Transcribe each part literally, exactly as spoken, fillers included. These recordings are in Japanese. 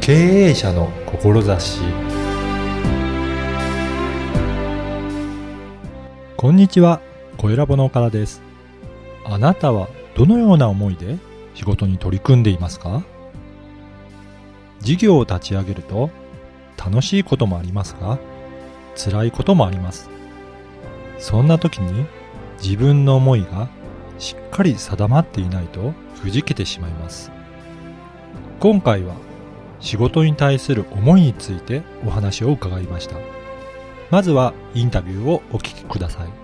経営者の志。こんにちは、声ラボの岡田です。あなたはどのような思いで仕事に取り組んでいますか？事業を立ち上げると楽しいこともありますが、辛いこともあります。そんな時に自分の思いがしっかり定まっていないとくじけてしまいます。今回は仕事に対する思いについてお話を伺いました。まずはインタビューをお聞きください。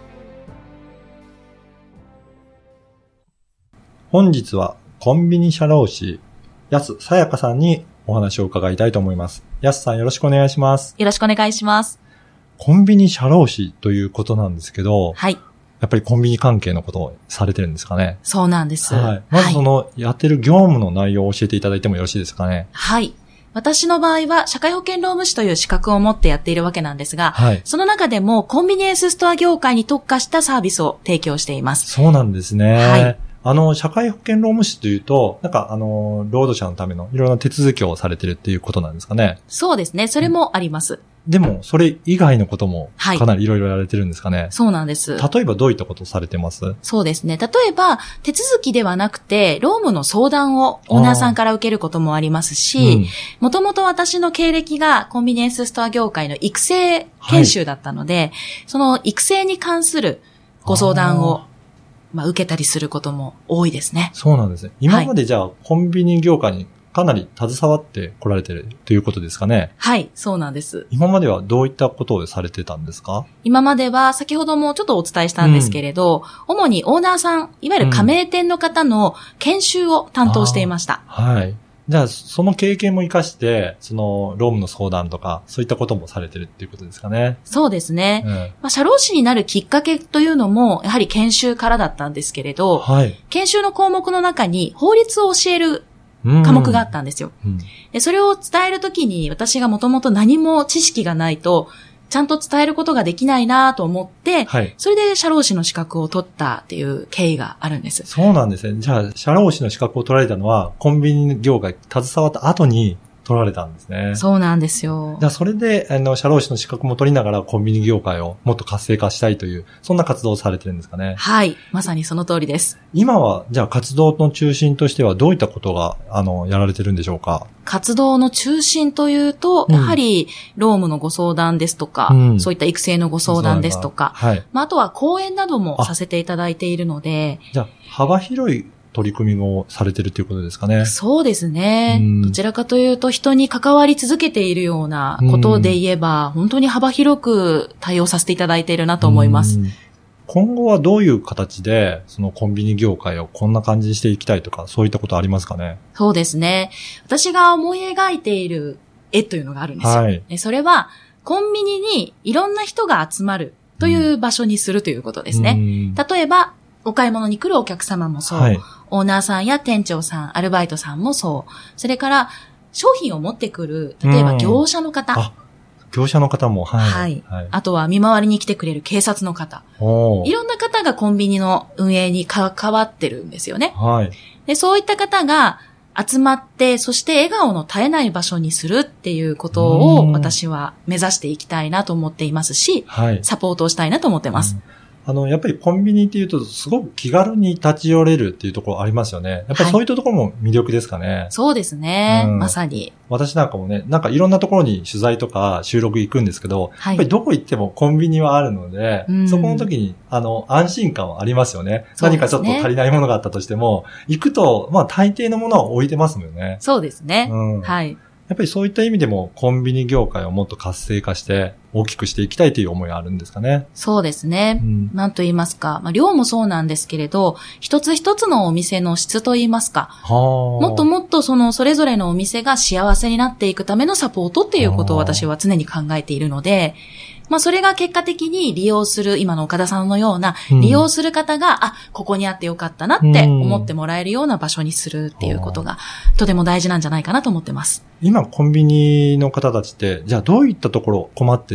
本日はコンビニ社労士安さやかさんにお話を伺いたいと思います。安さん、よろしくお願いします。 よろしくお願いします。 コンビニ社労士ということなんですけど、 はい。 やっぱりコンビニ関係のことをされてるんですかね？ そうなんです。 はい。まずそのやってる業務の内容を教えていただいてもよろしいですかね？ はい。私の場合は社会保険労務士という資格を持ってやっているわけなんですが、はい、その中でもコンビニエンスストア業界に特化したサービスを提供しています。 そうなんですね。 はい。 あの、社会保険労務士というと、なんかあの、労働者のためのいろんな手続きをされてるっていうことなんですかね？ そうですね。それもあります。うんでも、それ以外のこともかなりいろいろやられてるんですかね、はい、 そうなんです。 例えばどういったことをされてます？ そうですね。例えば、手続きではなくて、労務の相談をオーナーさんから受けることもありますし、もともと私の経歴がコンビニエンスストア業界の育成研修だったので、はい、その育成に関するご相談をまあ、受けたりすることも多いですね。 そうなんですね。今までじゃあ、はい、コンビニ業界にかなり携わって来られてるということですかね？ はい、そうなんです。 今まではどういったことをされてたんですか？ 今までは先ほどもちょっとお伝えしたんですけれど、うん、主にオーナーさん、いわゆる加盟店の方の研修を担当していました。 うん、はい。じゃあ、その経験も活かして、その、労務の相談とか、そういったこともされてるっていうことですかね？ そうですね。うん、まあ、社労士になるきっかけというのも、やはり研修からだったんですけれど、はい、研修の項目の中に法律を教える科目があったんですよ。うん、でそれを伝えるときに、私がもともと何も知識がないと、ちゃんと伝えることができないなと思って、はい、それで社労士の資格を取ったっていう経緯があるんです。 そうなんですね。じゃあ、社労士の資格を取られたのは、コンビニ業界携わった後に取られたんですね。 そうなんですよ。 じゃあ、それで、あの、社労士の資格も取りながらコンビニ業界をもっと活性化したいという、そんな活動をされてるんですかね？ はい。まさにその通りです。 今は、じゃあ活動の中心としてはどういったことが、あの、やられてるんでしょうか？ 活動の中心というと、やはり、労務のご相談ですとか、うん、そういった育成のご相談ですとか、はい。まあ、あとは講演などもさせていただいているので。 じゃあ、幅広い取り組みをされてるということですかね？ そうですね。どちらかというと人に関わり続けているようなことで言えば、本当に幅広く対応させていただいているなと思います。 今後はどういう形で、そのコンビニ業界をこんな感じにしていきたいとか、そういったことありますかね？ そうですね。私が思い描いている絵というのがあるんですよ。はい、それは、コンビニにいろんな人が集まるという場所にするということですね。例えば、お買い物に来るお客様もそう、はい、オーナーさんや店長さん、アルバイトさんもそう、それから商品を持ってくる、例えば業者の方。 あ、業者の方も、はい、 はい。はい。あとは見回りに来てくれる警察の方。いろんな方がコンビニの運営に関わってるんですよね。はい。で、そういった方が集まって、そして笑顔の絶えない場所にするっていうことを私は目指していきたいなと思っていますし、はい、サポートをしたいなと思ってます。うんあの、やっぱりコンビニっていうと、すごく気軽に立ち寄れるっていうところありますよね。やっぱりそういったところも魅力ですかね。はい、 そうですね、うん。まさに。 私なんかもね、なんかいろんなところに取材とか収録行くんですけど、はい、やっぱりどこ行ってもコンビニはあるので、うん、そこの時に、あの、安心感はありますよね。何かちょっと足りないものがあったとしても、行くと、まあ大抵のものは置いてますもんね。 そうですね。うん、はい。 やっぱりそういった意味でもコンビニ業界をもっと活性化して大きくしていきたいという思いがあるんですかね？ そうですね。うん、なんと言いますか、まあ、量もそうなんですけれど、一つ一つのお店の質と言いますか、もっともっとそのそれぞれのお店が幸せになっていくためのサポートっていうことを私は常に考えているので、まあそれが結果的に利用する、今の岡田さんのような利用する方が、うん、あ、ここにあってよかったなって思ってもらえるような場所にするっていうことがとても大事なんじゃないかなと思ってます。 今コンビニの方たちって、じゃあどういったところ困って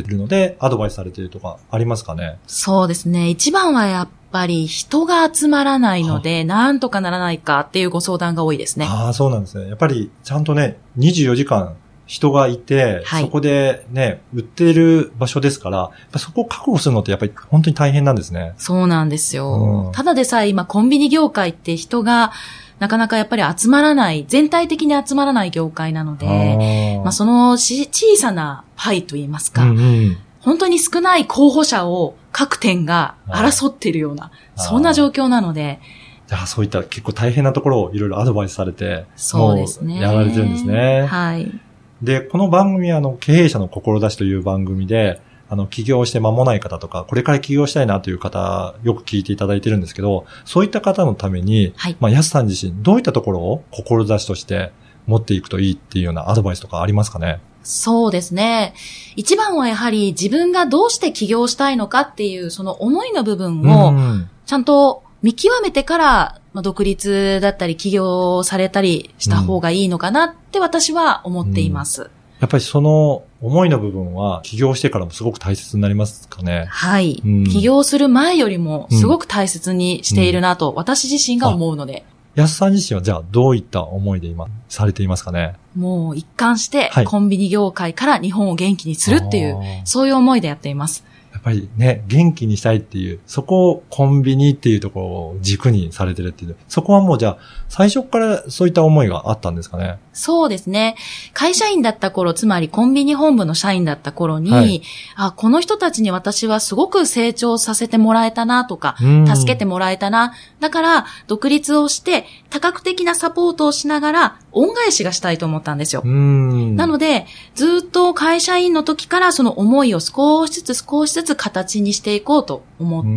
いるので、アドバイスされているとかありますかね？ そうですね。一番はやっぱり人が集まらないので、なんとかならないかっていうご相談が多いですね。 ああ、そうなんですね。やっぱりちゃんとね、にじゅうよじかん人がいて、はい、そこでね、売っている場所ですから、やっぱそこを確保するのってやっぱり本当に大変なんですね。 そうなんですよ。うん、ただでさえ今コンビニ業界って人がなかなかやっぱり集まらない、全体的に集まらない業界なので、あまあその小さなパイといいますか、うんうん、本当に少ない候補者を各店が争っているような、そんな状況なので、 じゃあそういった結構大変なところをいろいろアドバイスされて、そうですね。やられてるんですね。 はい。 で、この番組はあの経営者の志という番組で、あの起業して間もない方とか、これから起業したいなという方、よく聞いていただいてるんですけど、そういった方のために、はい、まあ安さん自身どういったところを志として持っていくといいっていうようなアドバイスとかありますかね？ そうですね。一番はやはり自分がどうして起業したいのかっていうその思いの部分をちゃんと見極めてから、まあ、独立だったり起業されたりした方がいいのかなって私は思っています。うんうん、 やっぱりその思いの部分は起業してからもすごく大切になりますかね？ はい、うん。起業する前よりもすごく大切にしているなと私自身が思うので。 安さん自身はじゃあどういった思いで今されていますかね？ もう一貫してコンビニ業界から日本を元気にするっていう、はい、そういう思いでやっています。 やっぱりね、元気にしたいっていう、そこをコンビニっていうところを軸にされてるっていう、そこはもうじゃあ、最初からそういった思いがあったんですかね？ そうですね。会社員だった頃、つまりコンビニ本部の社員だった頃に、はい、あ、この人たちに私はすごく成長させてもらえたなとか、助けてもらえたな。だから、独立をして、多角的なサポートをしながら、恩返しがしたいと思ったんですよ。 うんなので、ずっと会社員の時からその思いを少しずつ少しずつ形にしていこうと思って、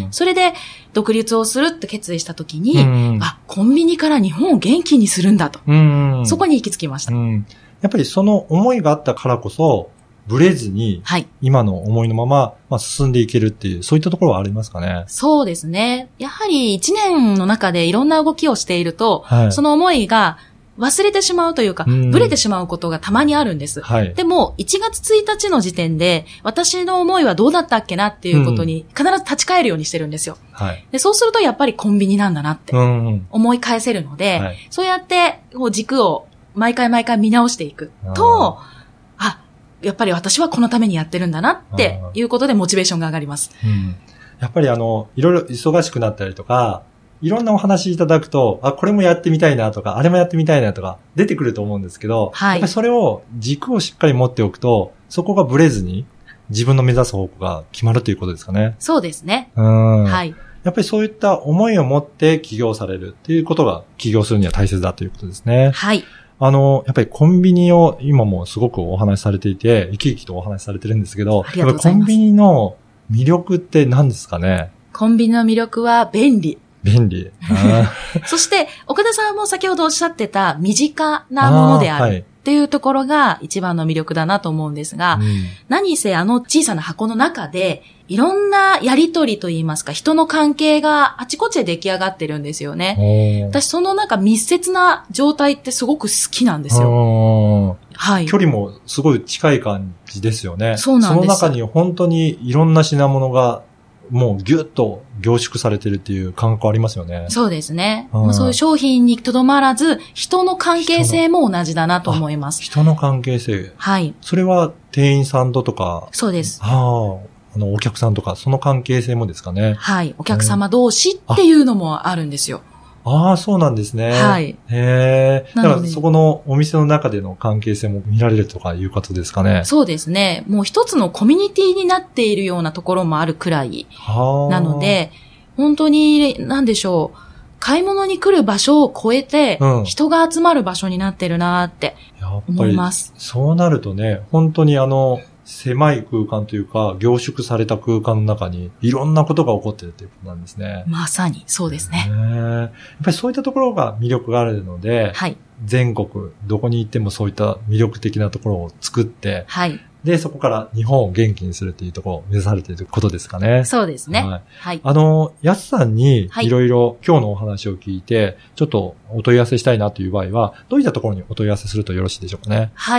それで独立をするって決意した時に、あ、コンビニから日本を元気にするんだと。そこに行き着きました。 やっぱりその思いがあったからこそ、ブレずに、はい、今の思いのまま、まあ、進んでいけるっていう、そういったところはありますかね？ そうですね。やはり一年の中でいろんな動きをしていると、はい、その思いが忘れてしまうというか、ブレてしまうことがたまにあるんです。はい、でも、いちがつついたちの時点で、私の思いはどうだったっけなっていうことに必ず立ち返るようにしてるんですよ。はい、でそうするとやっぱりコンビニなんだなって思い返せるので、はい、そうやってこう軸を毎回毎回見直していくと、あ、やっぱり私はこのためにやってるんだなっていうことでモチベーションが上がります。 うん、やっぱりあの、いろいろ忙しくなったりとか、いろんなお話いただくと、あ、これもやってみたいなとか、あれもやってみたいなとか、出てくると思うんですけど、はい、やっぱりそれを、軸をしっかり持っておくと、そこがブレずに、自分の目指す方向が決まるということですかね。 そうですね。 うん。はい。やっぱりそういった思いを持って起業されるっていうことが、起業するには大切だということですね。 はい。 あの、やっぱりコンビニを今もすごくお話しされていて、生き生きとお話しされてるんですけど、 やっぱりコンビニの魅力って何ですかね？ コンビニの魅力は便利。 便利。 そして、岡田さんも先ほどおっしゃってた身近なものであるっていうところが一番の魅力だなと思うんですが、うん、何せあの小さな箱の中でいろんなやりとりといいますか、人の関係があちこちで出来上がってるんですよね。私そのなんか密接な状態ってすごく好きなんですよ。はい。 距離もすごい近い感じですよね。 そうなんです。 その中に本当にいろんな品物がもうギュッと凝縮されてるっていう感覚ありますよね。 そうですね。うん、そういう商品にとどまらず、人の関係性も同じだなと思います。 人の関係性。 はい。 それは店員さんととか。 そうです。 ああ、あのお客さんとか、その関係性もですかね。 はい。お客様同士っていうのもあるんですよ。 ああ、そうなんですね。 はい。 へえ。だからそこのお店の中での関係性も見られるとかいうことですかね。 そうですね。もう一つのコミュニティになっているようなところもあるくらいなので、本当に、なんでしょう。買い物に来る場所を超えて、人が集まる場所になってるなーって思います。 やっぱりそうなるとね、本当にあの、狭い空間というか、凝縮された空間の中にいろんなことが起こってるということなんですね。 まさにそうですね。 やっぱりそういったところが魅力があるので、はい、全国どこに行ってもそういった魅力的なところを作って、はい、でそこから日本を元気にするというところを目指されていることですかね。 そうですね。 はい。はい、あのやすさんにいろいろ今日のお話を聞いて、ちょっとお問い合わせしたいなという場合はどういったところにお問い合わせするとよろしいでしょうかね。 はい。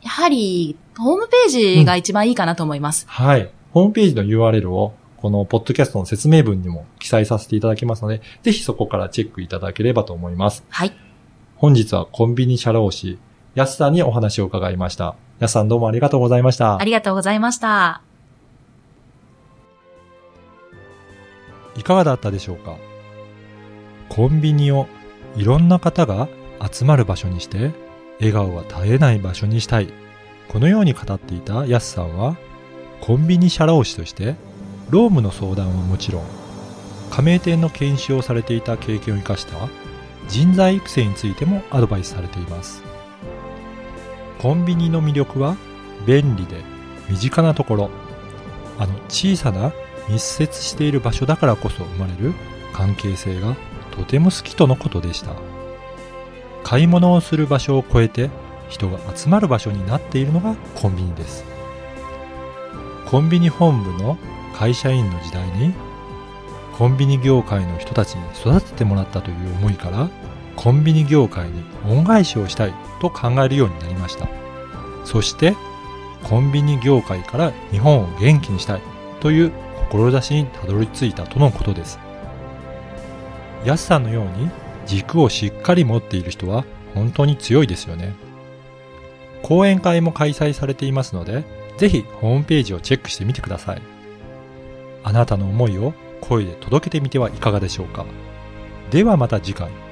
やはり、ホームページが一番いいかなと思います。 うん、はい。ホームページの ユーアールエル を、このポッドキャストの説明文にも記載させていただきますので、ぜひそこからチェックいただければと思います。 はい。 本日はコンビニ社労士、やすさんにお話を伺いました。やすさんどうもありがとうございました。 ありがとうございました。 いかがだったでしょうか。コンビニをいろんな方が集まる場所にして、笑顔が絶えない場所にしたい。このように語っていたやすさんは、コンビニ社労士として、労務の相談はもちろん、加盟店の研修をされていた経験を生かした人材育成についてもアドバイスされています。コンビニの魅力は便利で身近なところ、あの小さな密接している場所だからこそ生まれる関係性がとても好きとのことでした。買い物をする場所を超えて人が集まる場所になっているのがコンビニです。コンビニ本部の会社員の時代にコンビニ業界の人たちに育ててもらったという思いからコンビニ業界に恩返しをしたいと考えるようになりました。そしてコンビニ業界から日本を元気にしたいという志にたどり着いたとのことです。やすさんのように軸をしっかり持っている人は本当に強いですよね。講演会も開催されていますので、ぜひホームページをチェックしてみてください。あなたの思いを声で届けてみてはいかがでしょうか。ではまた次回。